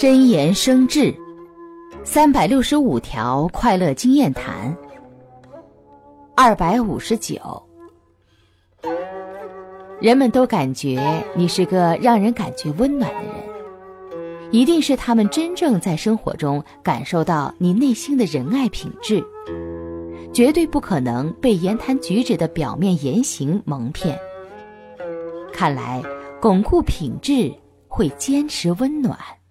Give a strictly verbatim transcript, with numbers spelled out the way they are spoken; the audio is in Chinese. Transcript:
真言生智，三百六十五条快乐经验谈。二百五十九，人们都感觉你是个让人感觉温暖的人，一定是他们真正在生活中感受到你内心的仁爱品质，绝对不可能被言谈举止的表面言行蒙骗。看来巩固品质会坚持温暖。